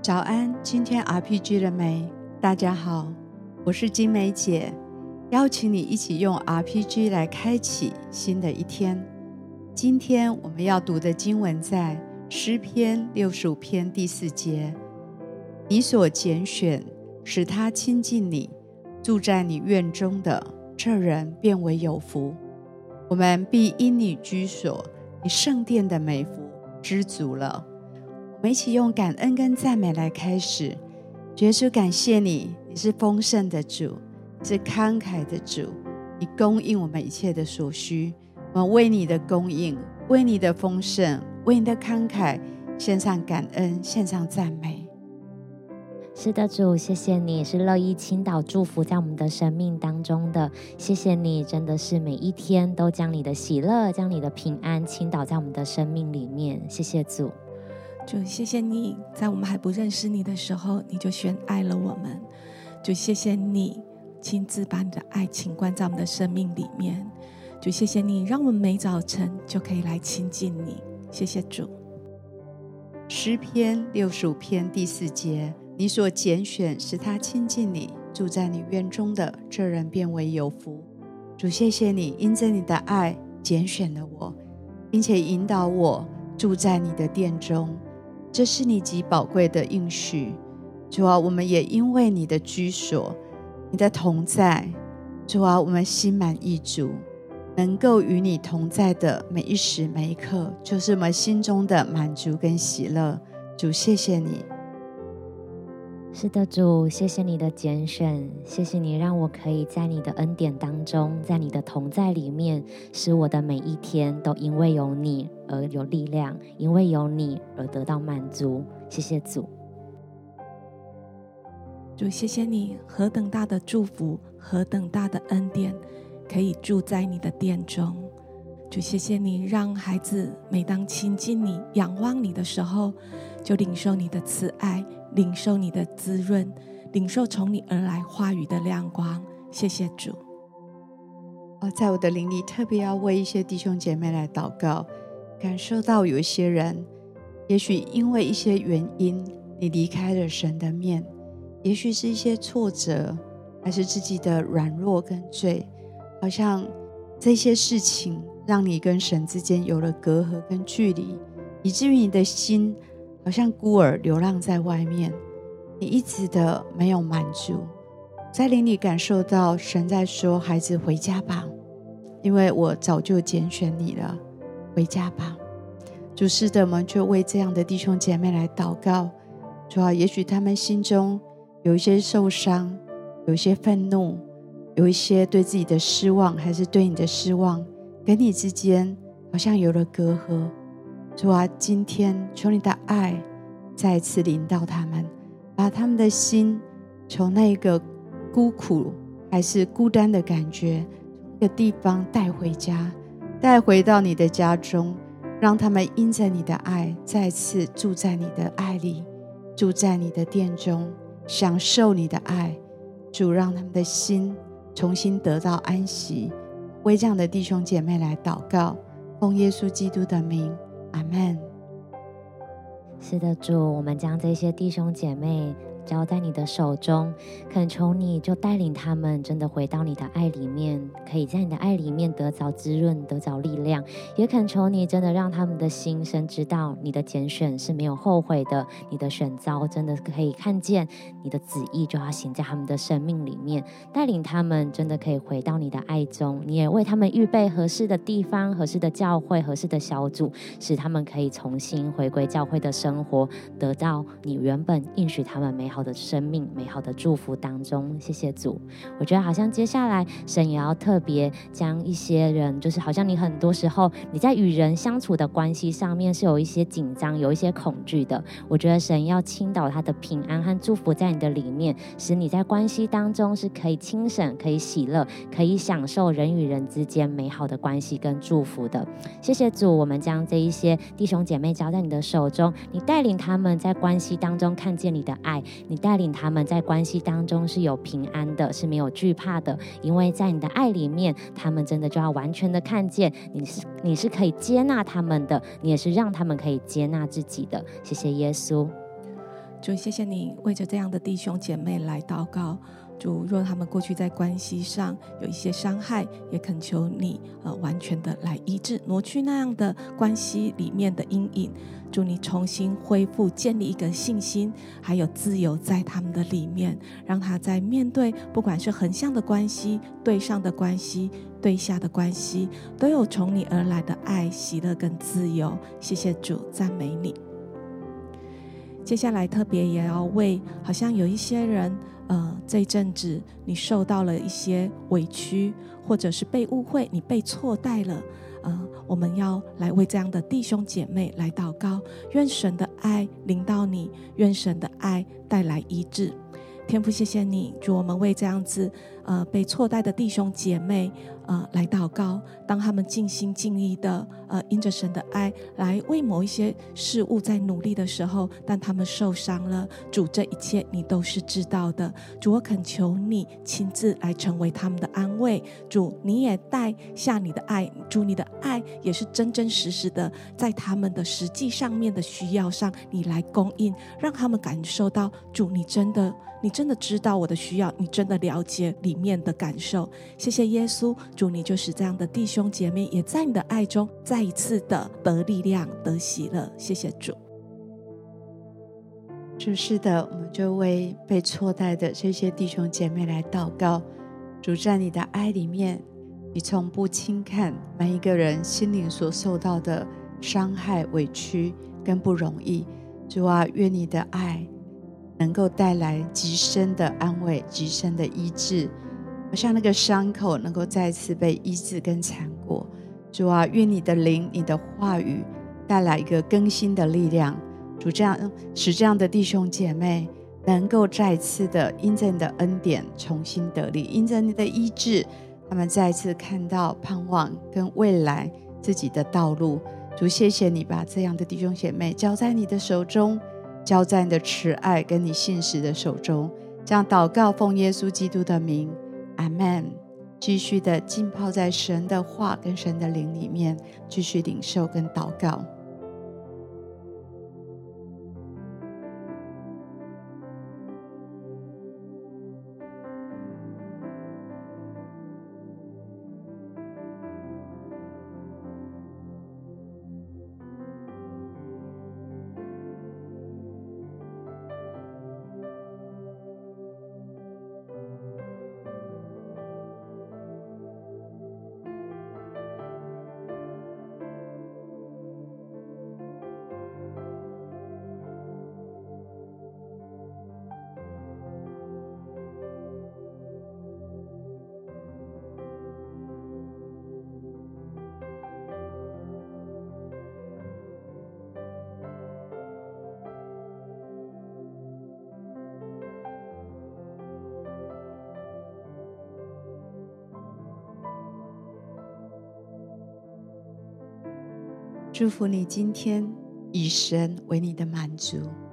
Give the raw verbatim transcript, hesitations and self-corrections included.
早安，今天 R P G 了没？大家好，我是金梅姐，邀请你一起用 R P G 来开启新的一天。今天我们要读的经文在诗篇六十五篇第四节，你所拣选使他亲近你，住在你院中的，这人便为有福。我们必因你居所，你圣殿的美福知足了。我们一起用感恩跟赞美来开始。耶稣，感谢你，你是丰盛的主，你是慷慨的主，你供应我们一切的所需。我们为你的供应，为你的丰盛，为你的慷慨献上感恩，献上赞美。 是的，主，谢谢你是乐意倾倒祝福在我们的生命当中的。谢谢你真的是每一天都将你的喜乐，将你的平安倾倒在我们的生命里面。谢谢主。 主，谢谢你在我们还不认识你的时候，你就先爱了我们。主，谢谢你亲自把你的爱倾灌在我们的生命里面。主，谢谢你让我们每早晨就可以来亲近你。谢谢主。 诗篇六十五篇第四节，你所拣选使他亲近你，住在你院中的，这人便为有福。主，谢谢你因着你的爱拣选了我，并且引导我住在你的殿中，这是你极宝贵的应许。主啊，我们也因为你的居所，你的同在，主啊，我们心满意足，能够与你同在的每一时每一刻，就是我们心中的满足跟喜乐。主，谢谢你。 是的，主，谢谢你的拣选，谢谢你让我可以在你的恩典当中，在你的同在里面，使我的每一天都因为有你而有力量，因为有你而得到满足。谢谢主。 主，谢谢你何等大的祝福，何等大的恩典，可以住在你的殿中。主，谢谢你让孩子每当亲近你，仰望你的时候，就领受你的慈爱，领受你的滋润，领受从你而来话语的亮光。谢谢主。 在我的灵里特别要为一些弟兄姐妹来祷告，感受到有一些人也许因为一些原因你离开了神的面，也许是一些挫折，还是自己的软弱跟罪，好像这些事情让你跟神之间有了隔阂跟距离，以至于你的心好像孤儿流浪在外面，你一直的没有满足。在灵里感受到神在说，孩子回家吧，因为我早就拣选你了，回家吧。主，是的，我们就为这样的弟兄姐妹来祷告。主啊，也许他们心中有一些受伤，有一些愤怒，有一些对自己的失望，还是对你的失望，跟你之间好像有了隔阂。主啊，今天求你的爱再次临到他们，把他们的心从那个孤苦还是孤单的感觉，从那个地方带回家，带回到你的家中，让他们因着你的爱再次住在你的爱里，住在你的殿中，享受你的爱。主，让他们的心重新得到安息。为这样的弟兄姐妹来祷告，奉耶稣基督的名，阿们。 是的，主，我们将这些弟兄姐妹交在你的手中，恳求你就带领他们真的回到你的爱里面，可以在你的爱里面得着滋润，得着力量。也恳求你真的让他们的心深知道你的拣选是没有后悔的，你的选召真的可以看见你的旨意就要行在他们的生命里面，带领他们真的可以回到你的爱中。你也为他们预备合适的地方，合适的教会，合适的小组，使他们可以重新回归教会的生活，得到你原本应许他们美好的生命，美好的祝福当中。谢谢主。我觉得好像接下来神也要特别将一些人，就是好像你很多时候你在与人相处的关系上面是有一些紧张，有一些恐惧的，我觉得神要倾倒他的平安和祝福在你的里面，使你在关系当中是可以轻省，可以喜乐，可以享受人与人之间美好的关系跟祝福的。谢谢主，我们将这一些弟兄姐妹交在你的手中，你带领他们在关系当中看见你的爱，你带领他们在关系当中是有平安的，是没有惧怕的，因为在你的爱里面，他们真的就要完全的看见你是你是可以接纳他们的，你也是让他们可以接纳自己的。谢谢耶稣。 主，谢谢你为着这样的弟兄姐妹来祷告。主，若他们过去在关系上有一些伤害，也恳求你呃完全的来医治，挪去那样的关系里面的阴影。主，你重新恢复建立一个信心还有自由在他们的里面，让他在面对不管是横向的关系、对上的关系、对下的关系，都有从你而来的爱、喜乐跟自由。谢谢主，赞美你。接下来特别也要为好像有一些人呃，这一阵子你受到了一些委屈，或者是被误会，你被错待了，呃，我们要来为这样的弟兄姐妹来祷告，愿神的爱临到你，愿神的爱带来医治。天父，谢谢你，主，我们为这样子呃被错待的弟兄姐妹呃来祷告，当他们尽心尽力的呃因着神的爱来为某一些事物在努力的时候，但他们受伤了，主，这一切你都是知道的。主，我恳求你亲自来成为他们的安慰。主，你也带下你的爱，主，你的爱也是真真实实的在他们的实际上面的需要上你来供应，让他们感受到，主，你真的你真的知道我的需要，你真的了解里面的感受。谢谢耶稣，主，你就使这样的弟兄姐妹也在你的爱中再一次的得力量得喜乐。谢谢主。 主，是的，我们就为被错待的这些弟兄姐妹来祷告。主，在你的爱里面，你从不轻看每一个人心灵所受到的伤害、委屈跟不容易。主啊，愿你的爱能够带来极深的安慰，极深的医治，好像那个伤口能够再次被医治跟缠过。主啊，愿你的灵，你的话语带来一个更新的力量。主，这样使这样的弟兄姐妹能够再次的因着你的恩典重新得力，因着你的医治，他们再次看到盼望跟未来自己的道路。主，谢谢你把这样的弟兄姐妹交在你的手中，交在你的慈爱跟你信实的手中。这样祷告，奉耶稣基督的名，阿们。继续的浸泡在神的话跟神的灵里面，继续领受跟祷告。祝福你今天以神为你的满足。